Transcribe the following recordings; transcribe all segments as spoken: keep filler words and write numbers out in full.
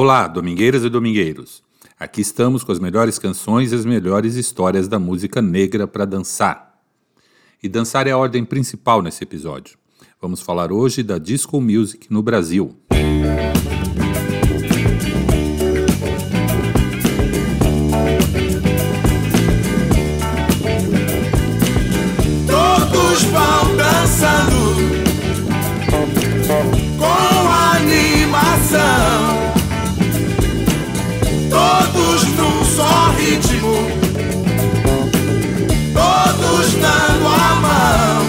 Olá, domingueiras e domingueiros. Aqui estamos com as melhores canções e as melhores histórias da música negra para dançar. E dançar é a ordem principal nesse episódio. Vamos falar hoje da disco music no Brasil. Todos vão dançando com animação, todos num só ritmo, todos dando a mão.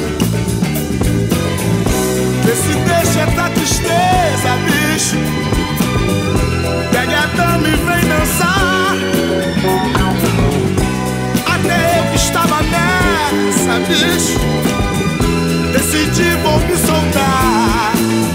Vê se deixa essa tristeza, bicho, pega a dama e vem dançar. Até eu que estava nessa, bicho, decidi vou me soltar.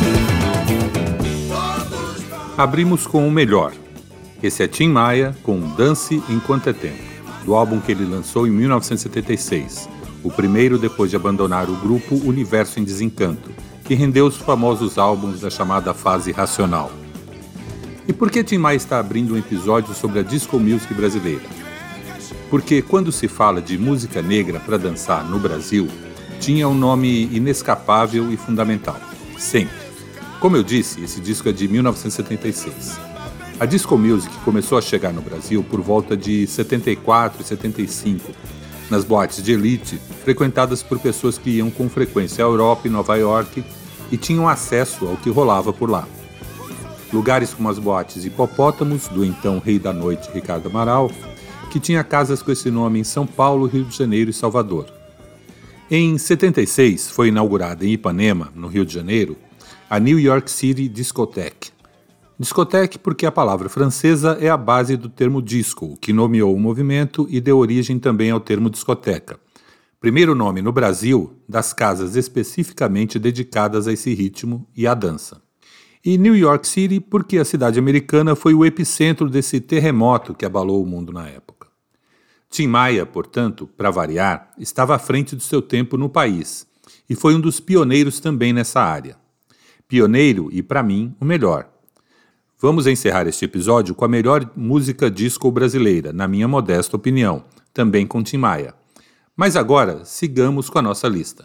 Abrimos com o melhor. Esse é Tim Maia com Dance Enquanto é Tempo, do álbum que ele lançou em mil novecentos e setenta e seis, o primeiro depois de abandonar o grupo Universo em Desencanto, que rendeu os famosos álbuns da chamada fase racional. E por que Tim Maia está abrindo um episódio sobre a disco music brasileira? Porque quando se fala de música negra para dançar no Brasil, tinha um nome inescapável e fundamental, sempre. Como eu disse, esse disco é de mil novecentos e setenta e seis. A disco music começou a chegar no Brasil por volta de setenta e quatro e setenta e cinco, nas boates de elite, frequentadas por pessoas que iam com frequência à Europa e Nova York e tinham acesso ao que rolava por lá. Lugares como as boates Hipopótamos, do então Rei da Noite Ricardo Amaral, que tinha casas com esse nome em São Paulo, Rio de Janeiro e Salvador. Em setenta e seis, foi inaugurada em Ipanema, no Rio de Janeiro, a New York City Discotheque. Discotheque porque a palavra francesa é a base do termo disco, que nomeou o movimento e deu origem também ao termo discoteca. Primeiro nome no Brasil das casas especificamente dedicadas a esse ritmo e à dança. E New York City porque a cidade americana foi o epicentro desse terremoto que abalou o mundo na época. Tim Maia, portanto, para variar, estava à frente do seu tempo no país e foi um dos pioneiros também nessa área. Pioneiro e, para mim, o melhor. Vamos encerrar este episódio com a melhor música disco brasileira, na minha modesta opinião, também com Tim Maia. Mas agora, sigamos com a nossa lista.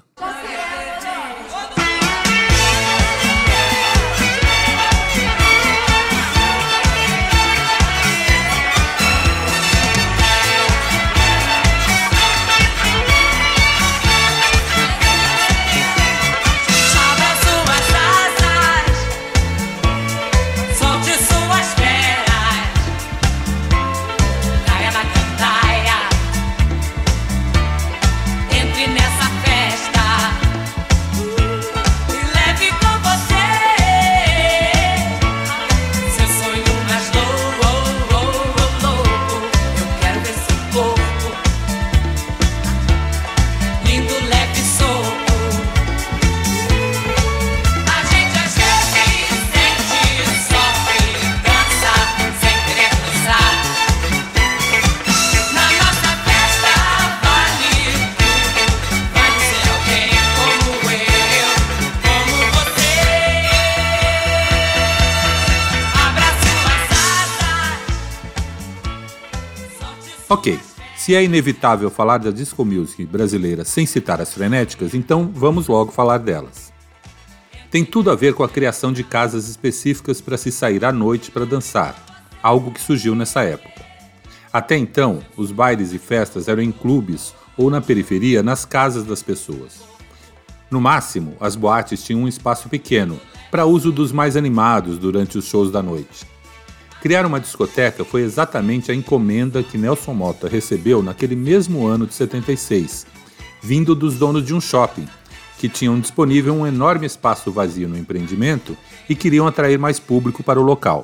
Ok, se é inevitável falar da disco music brasileira sem citar as frenéticas, então vamos logo falar delas. Tem tudo a ver com a criação de casas específicas para se sair à noite para dançar, algo que surgiu nessa época. Até então, os bailes e festas eram em clubes ou na periferia, nas casas das pessoas. No máximo, as boates tinham um espaço pequeno, para uso dos mais animados durante os shows da noite. Criar uma discoteca foi exatamente a encomenda que Nelson Motta recebeu naquele mesmo ano de setenta e seis, vindo dos donos de um shopping, que tinham disponível um enorme espaço vazio no empreendimento e queriam atrair mais público para o local.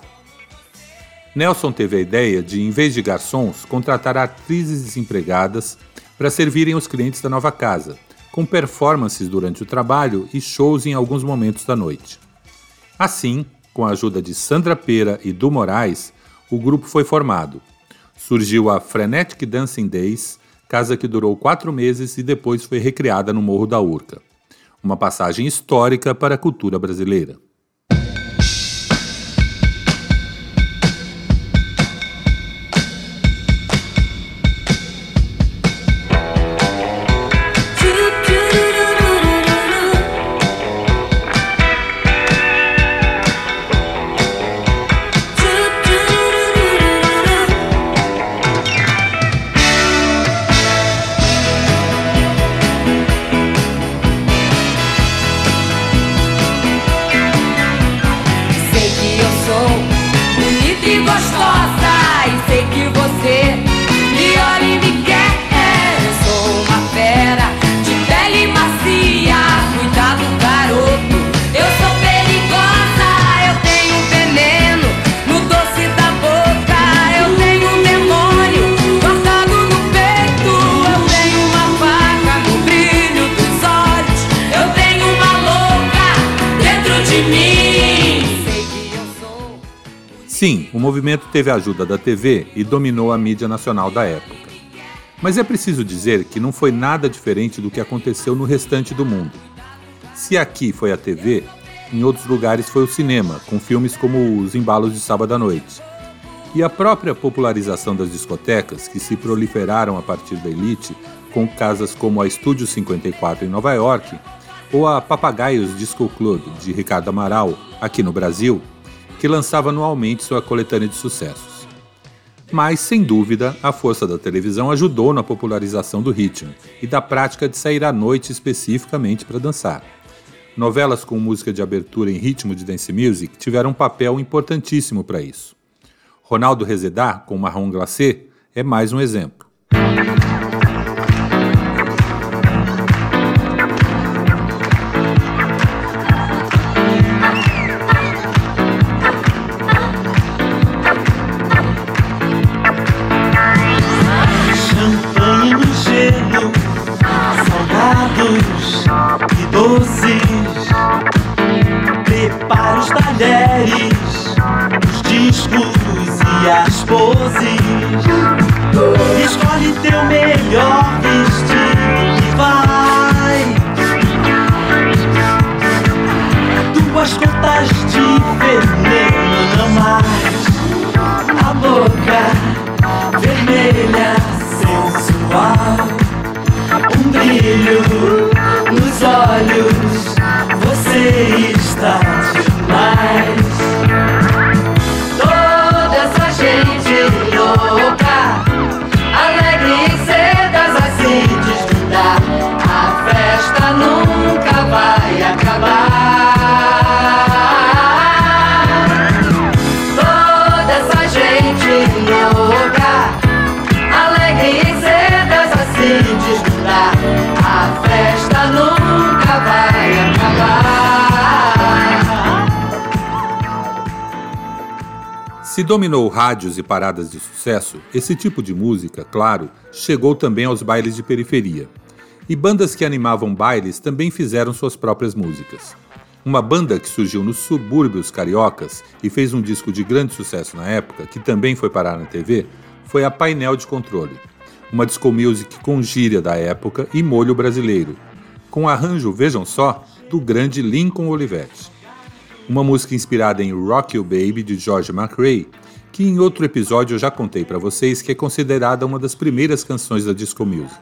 Nelson teve a ideia de, em vez de garçons, contratar atrizes desempregadas para servirem os clientes da nova casa, com performances durante o trabalho e shows em alguns momentos da noite. Assim, com a ajuda de Sandra Pera e Du Moraes, o grupo foi formado. Surgiu a Frenetic Dancing Days, casa que durou quatro meses e depois foi recriada no Morro da Urca. Uma passagem histórica para a cultura brasileira. Sim, o movimento teve a ajuda da T V e dominou a mídia nacional da época. Mas é preciso dizer que não foi nada diferente do que aconteceu no restante do mundo. Se aqui foi a T V, em outros lugares foi o cinema, com filmes como Os Embalos de Sábado à Noite. E a própria popularização das discotecas, que se proliferaram a partir da elite, com casas como a Estúdio cinquenta e quatro em Nova York, ou a Papagaios Disco Club, de Ricardo Amaral, aqui no Brasil, que lançava anualmente sua coletânea de sucessos. Mas, sem dúvida, a força da televisão ajudou na popularização do ritmo e da prática de sair à noite especificamente para dançar. Novelas com música de abertura em ritmo de dance music tiveram um papel importantíssimo para isso. Ronaldo Rezedá, com Marrom Glacé, é mais um exemplo. Champanhe no gelo, salgados e doces. Prepara os talheres, os discos e as poses. Escolhe teu melhor vestido e vai. Duas gotas de veneno, não mais. A boca vermelha, sensual. Um brilho nos olhos, você está demais. Toda essa gente louca, alegre em cedas assim desnudar. A festa nunca vai acabar. Toda essa gente louca, alegre em cedas assim desnudar. A festa nunca vai acabar. Se dominou rádios e paradas de sucesso, esse tipo de música, claro, chegou também aos bailes de periferia. E bandas que animavam bailes também fizeram suas próprias músicas. Uma banda que surgiu nos subúrbios cariocas e fez um disco de grande sucesso na época, que também foi parar na T V, foi a Painel de Controle. Uma disco music com gíria da época e molho brasileiro, com arranjo, vejam só, do grande Lincoln Olivetti. Uma música inspirada em Rock You Baby, de George McRae, que em outro episódio eu já contei para vocês que é considerada uma das primeiras canções da disco music.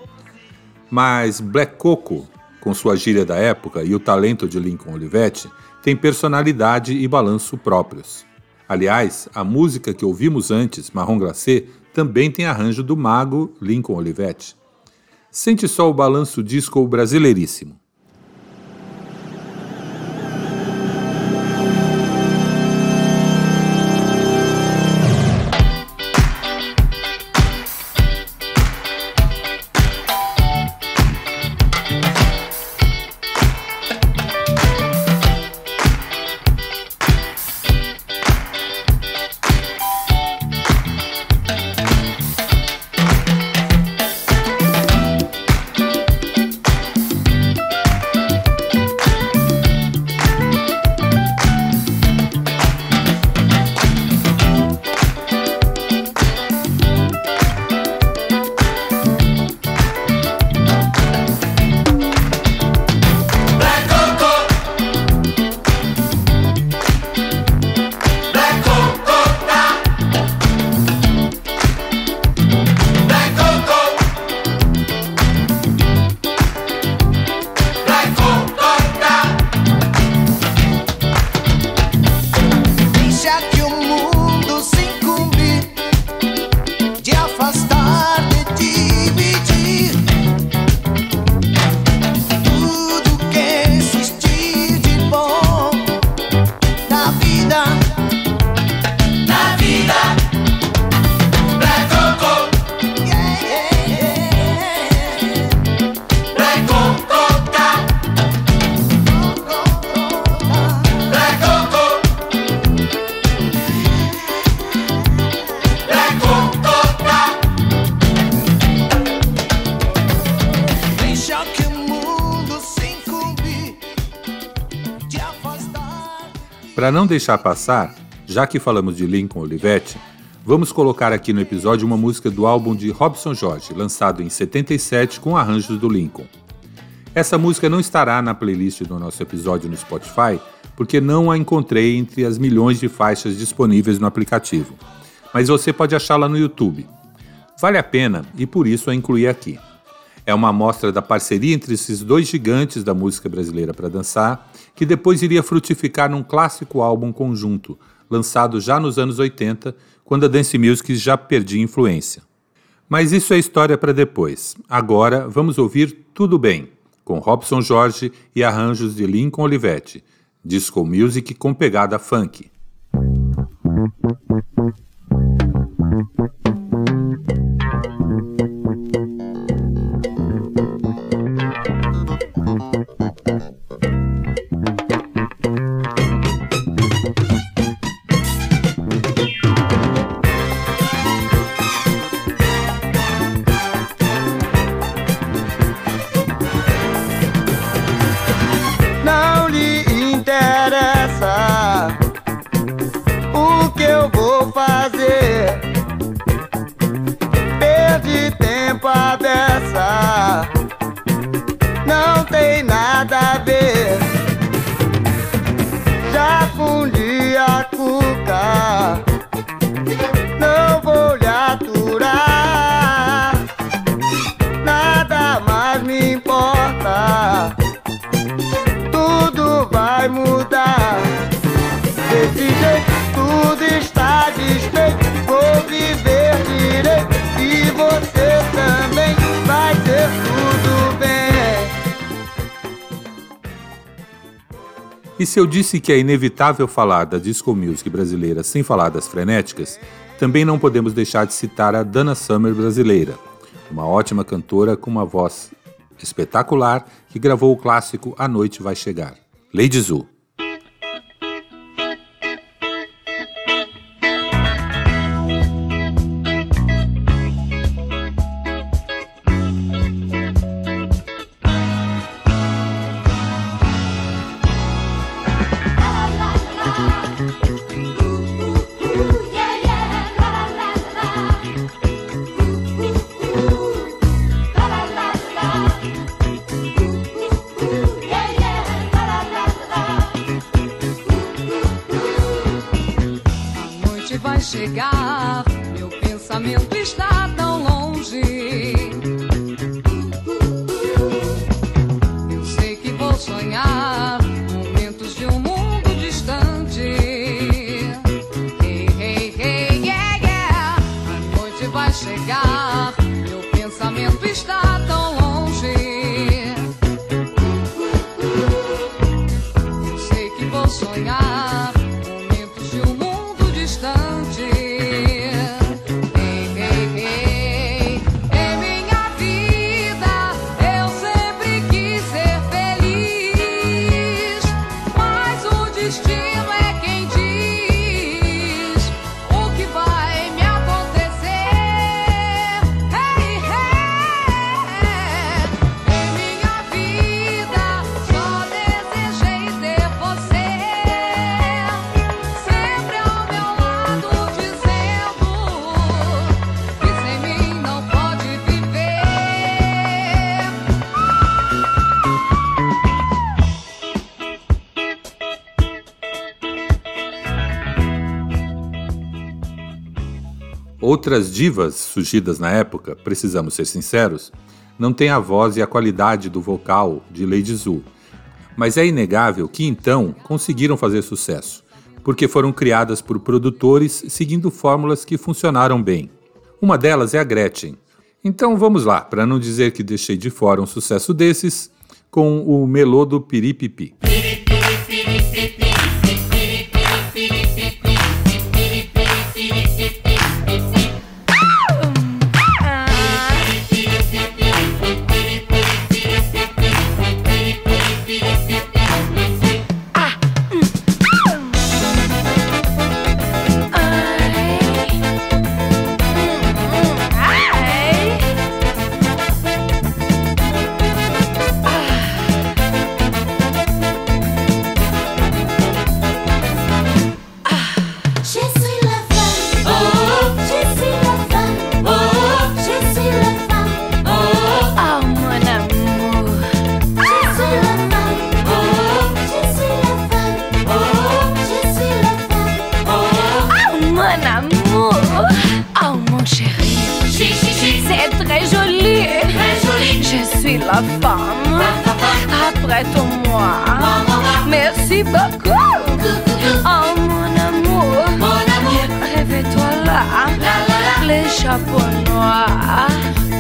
Mas Black Coco, com sua gíria da época e o talento de Lincoln Olivetti, tem personalidade e balanço próprios. Aliás, a música que ouvimos antes, Marrom Glacé, também tem arranjo do mago Lincoln Olivetti. Sente só o balanço disco brasileiríssimo. Para não deixar passar, Já que falamos de Lincoln Olivetti, vamos colocar aqui no episódio uma música do álbum de Robson Jorge, lançado em setenta e sete com arranjos do Lincoln. Essa música não estará na playlist do nosso episódio no Spotify, porque não a encontrei entre as milhões de faixas disponíveis no aplicativo. Mas você pode achá-la no YouTube. Vale a pena e por isso a incluí aqui. É uma amostra da parceria entre esses dois gigantes da música brasileira para dançar, que depois iria frutificar num clássico álbum conjunto, lançado já nos anos oitenta, quando a dance music já perdia influência. Mas isso é história para depois. Agora vamos ouvir Tudo Bem, com Robson Jorge e arranjos de Lincoln Olivetti, disco music com pegada funk. Não lhe interessa o que eu vou fazer. Perdi tempo a beça, não tem nada a ver. Já fundi a cuca, não vou lhe aturar. Nada mais me importa, tudo vai mudar. Desse jeito tudo está desfeito, vou viver direito e você também vai ter tudo bem. E se eu disse que é inevitável falar da disco music brasileira sem falar das frenéticas, também não podemos deixar de citar a Dana Summer brasileira, uma ótima cantora com uma voz espetacular que gravou o clássico A Noite Vai Chegar. Lady Zu. Vai chegar, meu pensamento está tão longe. Eu sei que vou sonhar momentos de um mundo distante. Hey, hey, hey, yeah, yeah. A noite vai chegar, meu pensamento está tão longe. Eu sei que vou sonhar momentos de um mundo distante. Hey, hey, hey. Em minha vida eu sempre quis ser feliz, mas o destino é quem diz o que vai me acontecer. Hey, hey. Em minha vida só desejei ter você sempre ao meu lado, dizendo que sem mim não pode viver. Outras divas surgidas na época, precisamos ser sinceros, não têm a voz e a qualidade do vocal de Lady Zu. Mas é inegável que então conseguiram fazer sucesso, porque foram criadas por produtores seguindo fórmulas que funcionaram bem. Uma delas é a Gretchen. Então vamos lá, para não dizer que deixei de fora um sucesso desses, com o Melô do Piripipi. suis la femme. Apprête-moi. Merci beaucoup. Oh mon amour. Réveille-toi là. Les chapeaux noirs.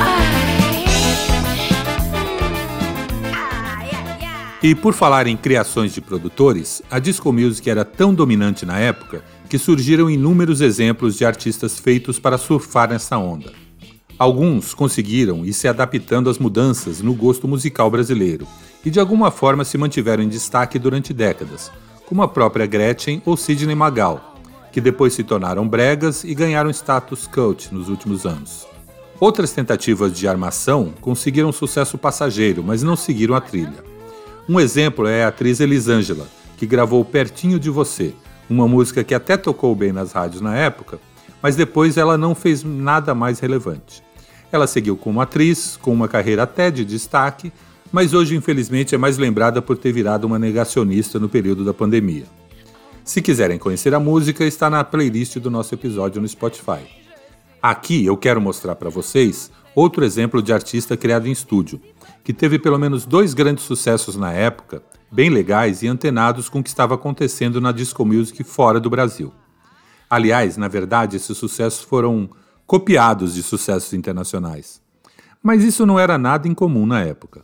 E por falar em criações de produtores, a disco music era tão dominante na época que surgiram inúmeros exemplos de artistas feitos para surfar nessa onda. Alguns conseguiram ir se adaptando às mudanças no gosto musical brasileiro e de alguma forma se mantiveram em destaque durante décadas, como a própria Gretchen ou Sidney Magal, que depois se tornaram bregas e ganharam status cult nos últimos anos. Outras tentativas de armação conseguiram sucesso passageiro, mas não seguiram a trilha. Um exemplo é a atriz Elisângela, que gravou Pertinho de Você, uma música que até tocou bem nas rádios na época, mas depois ela não fez nada mais relevante. Ela seguiu como atriz, com uma carreira até de destaque, mas hoje infelizmente é mais lembrada por ter virado uma negacionista no período da pandemia. Se quiserem conhecer a música, está na playlist do nosso episódio no Spotify. Aqui eu quero mostrar para vocês outro exemplo de artista criado em estúdio, que teve pelo menos dois grandes sucessos na época, bem legais e antenados com o que estava acontecendo na disco music fora do Brasil. Aliás, na verdade, esses sucessos foram copiados de sucessos internacionais. Mas isso não era nada incomum na época.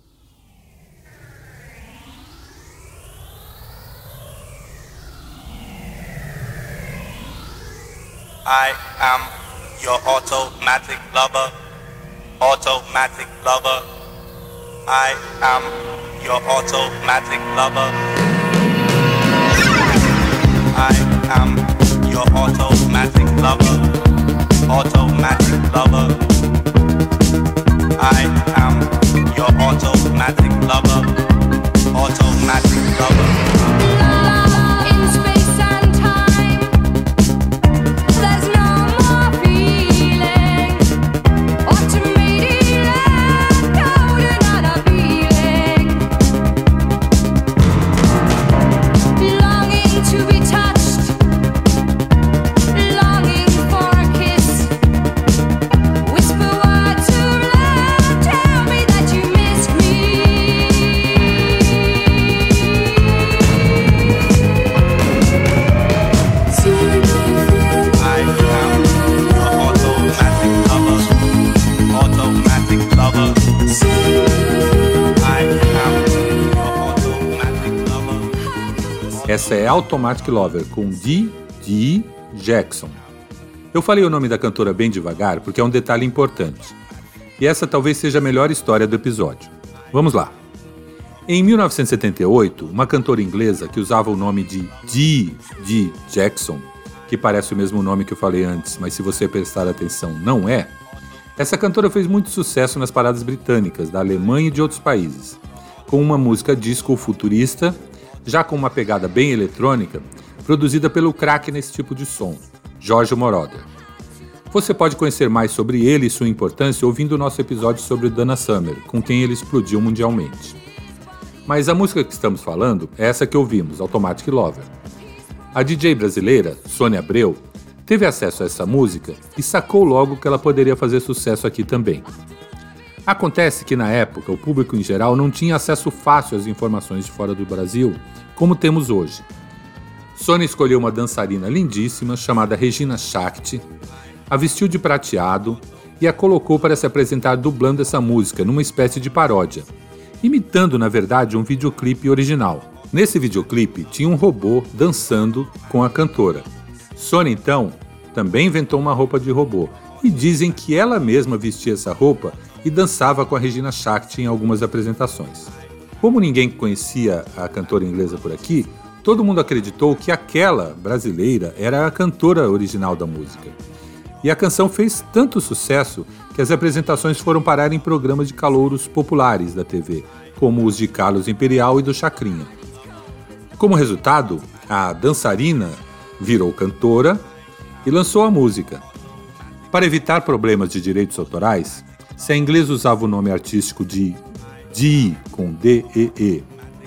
I am your automatic lover, automatic lover. I am your automatic lover. I am your automatic lover, automatic lover. I am your automatic lover, automatic lover. Essa é Automatic Lover, com D D Jackson. Eu falei o nome da cantora bem devagar porque é um detalhe importante. E essa talvez seja a melhor história do episódio. Vamos lá. Em mil novecentos e setenta e oito, uma cantora inglesa que usava o nome de D D Jackson, que parece o mesmo nome que eu falei antes, mas se você prestar atenção, não é, essa cantora fez muito sucesso nas paradas britânicas, da Alemanha e de outros países, com uma música disco futurista, já com uma pegada bem eletrônica, produzida pelo craque nesse tipo de som, Giorgio Moroder. Você pode conhecer mais sobre ele e sua importância ouvindo o nosso episódio sobre Donna Summer, com quem ele explodiu mundialmente. Mas a música que estamos falando é essa que ouvimos, Automatic Lover. A D J brasileira, Sônia Abreu, teve acesso a essa música e sacou logo que ela poderia fazer sucesso aqui também. Acontece que na época o público em geral não tinha acesso fácil às informações de fora do Brasil, como temos hoje. Sônia escolheu uma dançarina lindíssima chamada Regina Shakti, a vestiu de prateado e a colocou para se apresentar dublando essa música numa espécie de paródia, imitando na verdade um videoclipe original. Nesse videoclipe tinha um robô dançando com a cantora. Sônia então também inventou uma roupa de robô e dizem que ela mesma vestia essa roupa e dançava com a Regina Shakti em algumas apresentações. Como ninguém conhecia a cantora inglesa por aqui, todo mundo acreditou que aquela brasileira era a cantora original da música. E a canção fez tanto sucesso que as apresentações foram parar em programas de calouros populares da T V, como os de Carlos Imperial e do Chacrinha. Como resultado, a dançarina virou cantora e lançou a música. Para evitar problemas de direitos autorais, se a inglesa usava o nome artístico de D com D E E,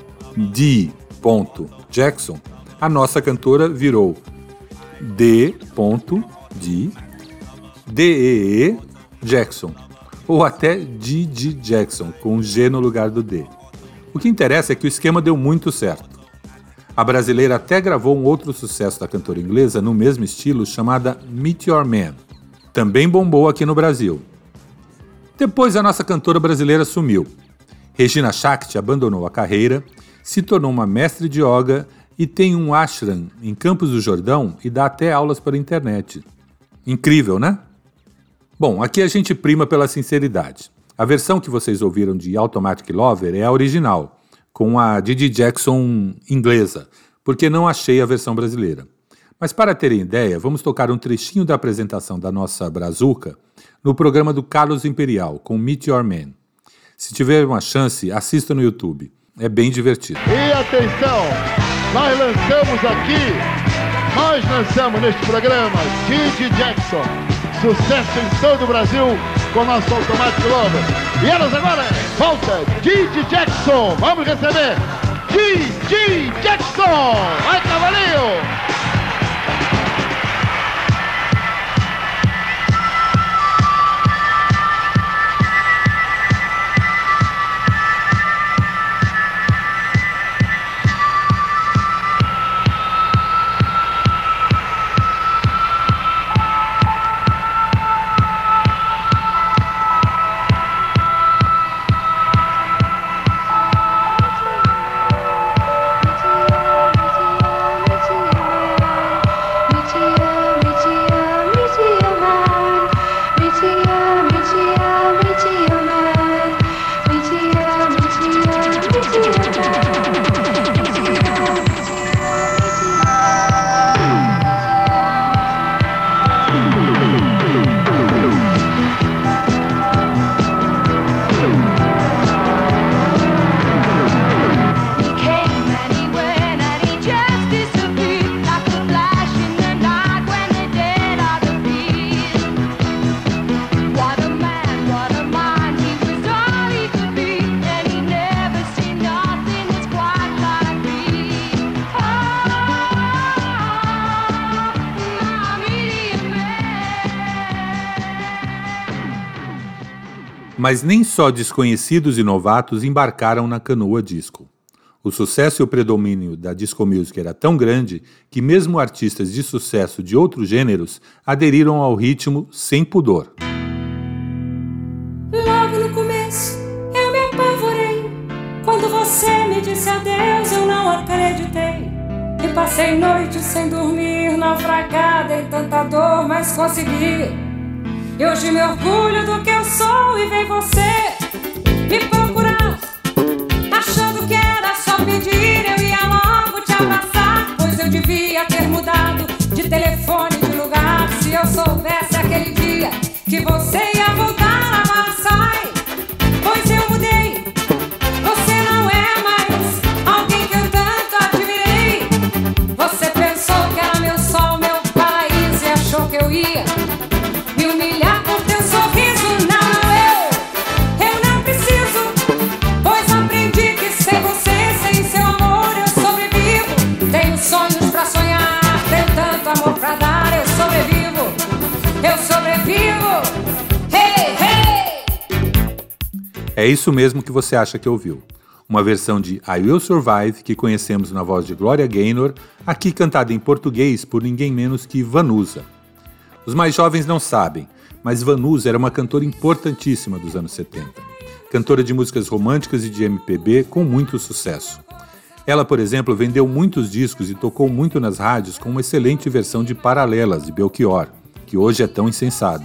D. Jackson, a nossa cantora virou D. D. D E E Jackson, ou até Didi Jackson, com um G no lugar do D. O que interessa é que o esquema deu muito certo. A brasileira até gravou um outro sucesso da cantora inglesa no mesmo estilo, chamada Meet Your Man. Também bombou aqui no Brasil. Depois a nossa cantora brasileira sumiu. Regina Shakti abandonou a carreira, se tornou uma mestre de yoga e tem um ashram em Campos do Jordão e dá até aulas pela internet. Incrível, né? Bom, aqui a gente prima pela sinceridade. A versão que vocês ouviram de Automatic Lover é a original, com a Didi Jackson inglesa, porque não achei a versão brasileira. Mas para terem ideia, vamos tocar um trechinho da apresentação da nossa Brazuca no programa do Carlos Imperial, com Meet Your Man. Se tiver uma chance, assista no YouTube. É bem divertido. E atenção, nós lançamos aqui, nós lançamos neste programa Didi Jackson, sucesso em todo o Brasil com o nosso Automatic Lover. E elas agora, volta, Didi Jackson, vamos receber Didi Jackson, vai cavalinho! Mas nem só desconhecidos e novatos embarcaram na canoa disco. O sucesso e o predomínio da disco music era tão grande que mesmo artistas de sucesso de outros gêneros aderiram ao ritmo sem pudor. Logo no começo eu me apavorei. Quando você me disse adeus eu não acreditei. E passei noites sem dormir, naufragada em tanta dor, mas consegui. E hoje me orgulho do que eu sou e vem você me procurar, achando que era só pedir, eu ia logo te abraçar. Pois eu devia ter mudado de telefone, de lugar. Se eu soubesse aquele dia que você ia voltar, agora sai. Pois eu mudei, você não é mais alguém que eu tanto admirei. Você pensou que era meu sol, meu paraíso e achou que eu ia me humilhar por teu sorriso. Não, não, eu, eu não preciso, pois aprendi que sem você, sem seu amor eu sobrevivo. Tenho sonhos pra sonhar, tenho tanto amor pra dar. Eu sobrevivo, eu sobrevivo. Hey, hey! É isso mesmo que você acha que ouviu. Uma versão de I Will Survive que conhecemos na voz de Gloria Gaynor, aqui cantada em português por ninguém menos que Vanusa. Os mais jovens não sabem, mas Vanusa era uma cantora importantíssima dos anos setenta. Cantora de músicas românticas e de M P B com muito sucesso. Ela, por exemplo, vendeu muitos discos e tocou muito nas rádios com uma excelente versão de Paralelas, de Belchior, que hoje é tão insensado.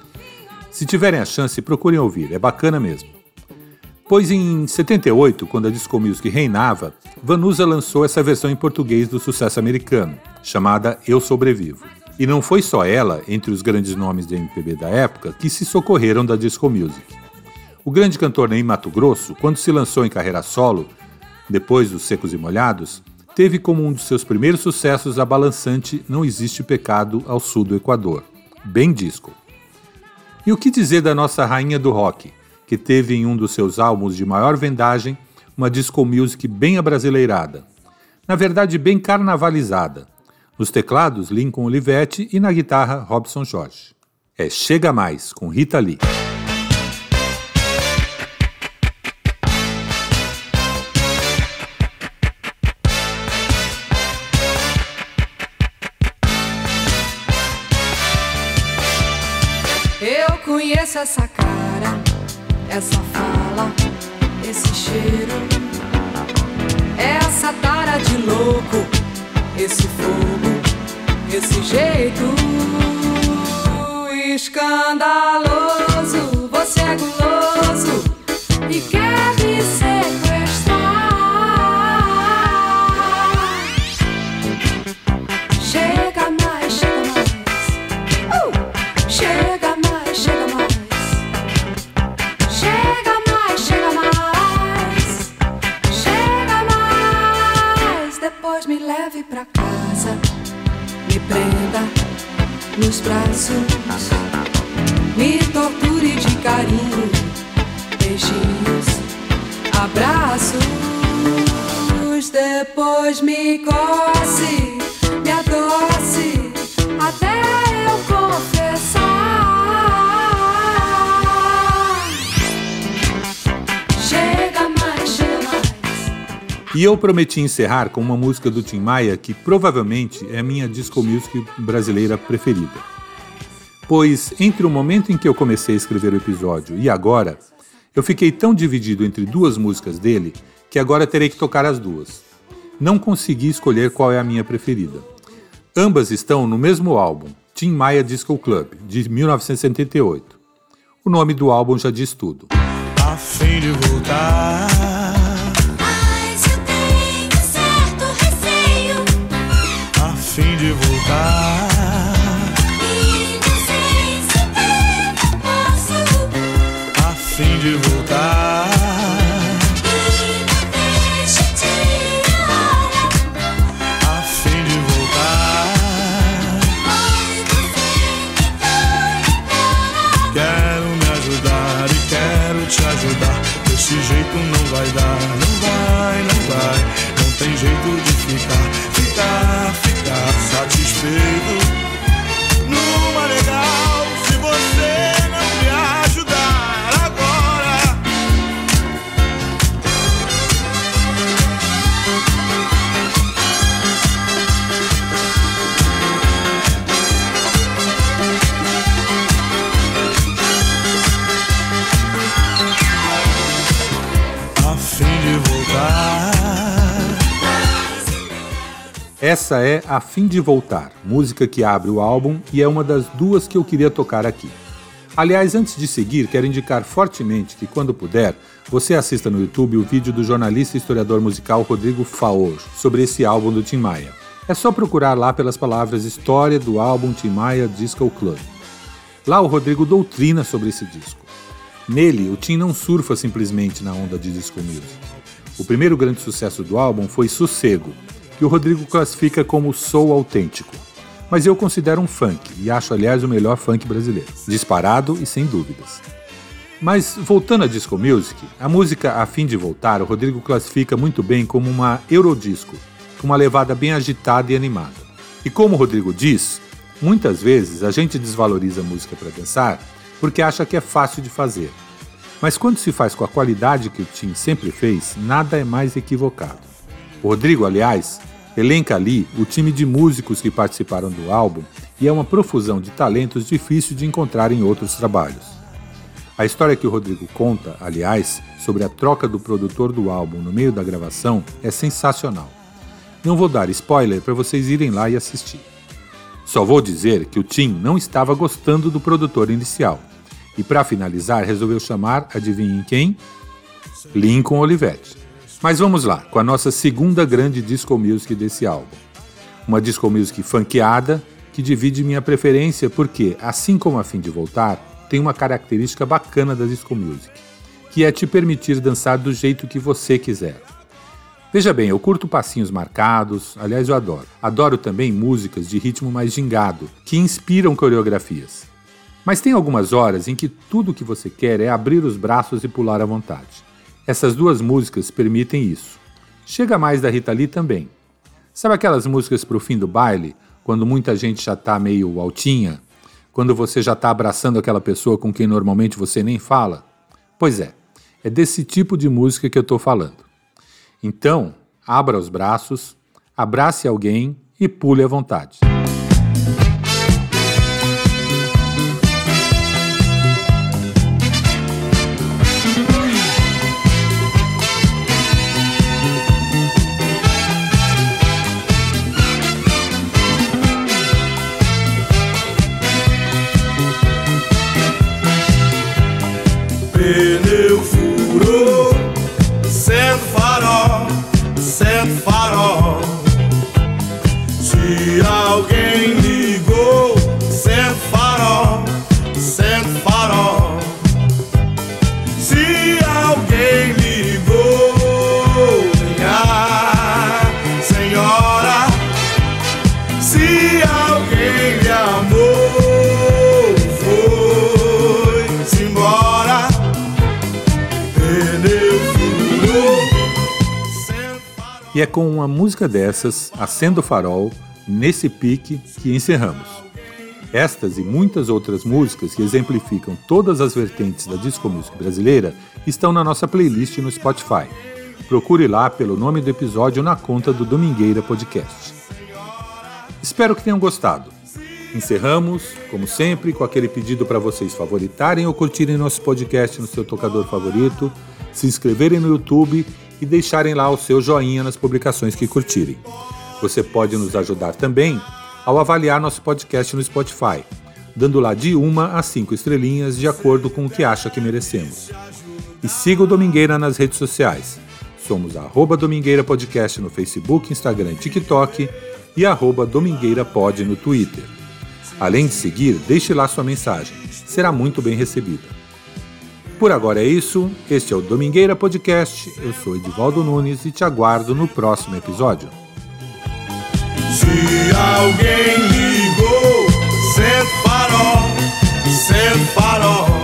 Se tiverem a chance, procurem ouvir, é bacana mesmo. Pois em setenta e oito, quando a disco music reinava, Vanusa lançou essa versão em português do sucesso americano, chamada Eu Sobrevivo. E não foi só ela, entre os grandes nomes da M P B da época, que se socorreram da disco music. O grande cantor Ney Matogrosso, quando se lançou em carreira solo, depois dos Secos e Molhados, teve como um dos seus primeiros sucessos a balançante Não Existe Pecado ao sul do Equador, bem disco. E o que dizer da nossa rainha do rock, que teve em um dos seus álbuns de maior vendagem uma disco music bem abrasileirada, na verdade bem carnavalizada. Nos teclados, Lincoln Olivetti e na guitarra, Robson Jorge. É Chega Mais, com Rita Lee. conheço essa cara, essa fala, esse cheiro, essa tara de louco, esse fogo, esse jeito escandaloso. Você é guloso e quer me sequestrar. Chega mais, chega mais. Uh! Chega mais, chega mais. Chega mais, chega mais. Chega mais. Depois me leve pra casa, me prenda nos braços, me torture de carinho, beijinhos, abraços. Depois me coce, me adoce, até eu confessar. Chega mais, chega mais. E eu prometi encerrar com uma música do Tim Maia que provavelmente é a minha disco music brasileira preferida. Pois entre o momento em que eu comecei a escrever o episódio e agora, eu fiquei tão dividido entre duas músicas dele que agora terei que tocar as duas. Não consegui escolher qual é a minha preferida. Ambas estão no mesmo álbum, Tim Maia Disco Club, de mil novecentos e setenta e oito. O nome do álbum já diz tudo. A fim de voltar, Mas eu tenho certo receio a fim de voltar, e não sei se eu posso. a fim de voltar, E não deixe de hora, a fim de voltar. foi você que foi embora. Quero me ajudar e quero te ajudar. Desse jeito não vai dar, não vai, não vai. Não tem jeito de ficar, ficar, ficar satisfeito numa legal. Se você não me ajudar agora, a fim de voltar. Essa é A Fim de Voltar, música que abre o álbum e é uma das duas que eu queria tocar aqui. Aliás, antes de seguir, quero indicar fortemente que, quando puder, você assista no YouTube o vídeo do jornalista e historiador musical Rodrigo Faur sobre esse álbum do Tim Maia. É só procurar lá pelas palavras História do álbum Tim Maia Disco Club. Lá o Rodrigo doutrina sobre esse disco. Nele, o Tim não surfa simplesmente na onda de disco music. O primeiro grande sucesso do álbum foi Sossego, que o Rodrigo classifica como soul autêntico. Mas eu considero um funk, e acho, aliás, o melhor funk brasileiro. Disparado e sem dúvidas. Mas, voltando a disco music, a música A Fim de Voltar, o Rodrigo classifica muito bem como uma eurodisco, com uma levada bem agitada e animada. E como o Rodrigo diz, muitas vezes a gente desvaloriza a música para dançar porque acha que é fácil de fazer. Mas quando se faz com a qualidade que o Tim sempre fez, nada é mais equivocado. O Rodrigo, aliás, elenca ali o time de músicos que participaram do álbum e é uma profusão de talentos difícil de encontrar em outros trabalhos. A história que o Rodrigo conta, aliás, sobre a troca do produtor do álbum no meio da gravação é sensacional. Não vou dar spoiler para vocês irem lá e assistir. Só vou dizer que o Tim não estava gostando do produtor inicial e, para finalizar, resolveu chamar, adivinhem quem? Lincoln Olivetti. Mas vamos lá, com a nossa segunda grande disco music desse álbum. Uma disco music funkeada que divide minha preferência porque, assim como A Fim de Voltar, tem uma característica bacana da disco music, que é te permitir dançar do jeito que você quiser. Veja bem, eu curto passinhos marcados, aliás eu adoro. Adoro também músicas de ritmo mais gingado, que inspiram coreografias. Mas tem algumas horas em que tudo o que você quer é abrir os braços e pular à vontade. Essas duas músicas permitem isso. Chega mais da Rita Lee também. Sabe aquelas músicas pro fim do baile, quando muita gente já tá meio altinha? Quando você já tá abraçando aquela pessoa com quem normalmente você nem fala? Pois é, é desse tipo de música que eu tô falando. Então, abra os braços, abrace alguém e pule à vontade. farol, sente farol. Se alguém ligou, sente farol, sente farol. Se alguém ligou, minha senhora, se alguém lhe amou, foi-se embora. Pneu furou, sente farol. E é com uma música dessas, Acenda o Farol, nesse pique, que encerramos. Estas e muitas outras músicas que exemplificam todas as vertentes da disco music brasileira estão na nossa playlist no Spotify. Procure lá pelo nome do episódio na conta do Domingueira Podcast. Espero que tenham gostado. Encerramos, como sempre, com aquele pedido para vocês favoritarem ou curtirem nosso podcast no seu tocador favorito, se inscreverem no YouTube e deixarem lá o seu joinha nas publicações que curtirem. Você pode nos ajudar também ao avaliar nosso podcast no Spotify, dando lá de uma a cinco estrelinhas de acordo com o que acha que merecemos. E siga o Domingueira nas redes sociais. Somos arroba Domingueira Podcast no Facebook, Instagram e TikTok e arroba Domingueira Pod no Twitter. Além de seguir, deixe lá sua mensagem. Será muito bem recebida. Por agora é isso. Este é o Domingueira Podcast. Eu sou Edivaldo Nunes e te aguardo no próximo episódio. Se alguém ligou, sente farol, sente farol.